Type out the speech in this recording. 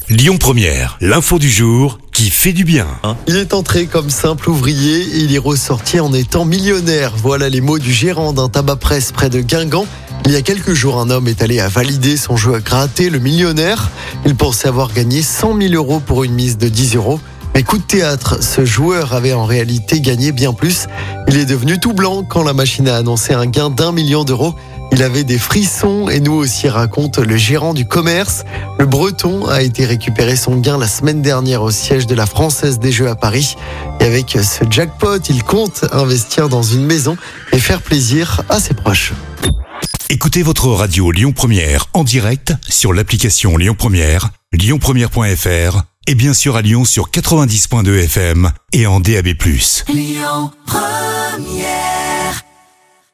Lyon Première, l'info du jour qui fait du bien. Il est entré comme simple ouvrier et il est ressorti en étant millionnaire. Voilà les mots du gérant d'un tabac-presse près de Guingamp. Il y a quelques jours, un homme est allé à valider son jeu à gratter, le millionnaire. Il pensait avoir gagné 100 000 euros pour une mise de 10 euros. Mais coup de théâtre, ce joueur avait en réalité gagné bien plus. Il est devenu tout blanc quand la machine a annoncé un gain d'1 million d'euros. Il avait des frissons et nous aussi, raconte le gérant du commerce. Le Breton a été récupérer son gain la semaine dernière au siège de la Française des Jeux à Paris. Et avec ce jackpot, il compte investir dans une maison et faire plaisir à ses proches. Écoutez votre radio Lyon Première en direct sur l'application Lyon Première, lyonpremière.fr et bien sûr à Lyon sur 90.2 FM et en DAB+. Lyon Première.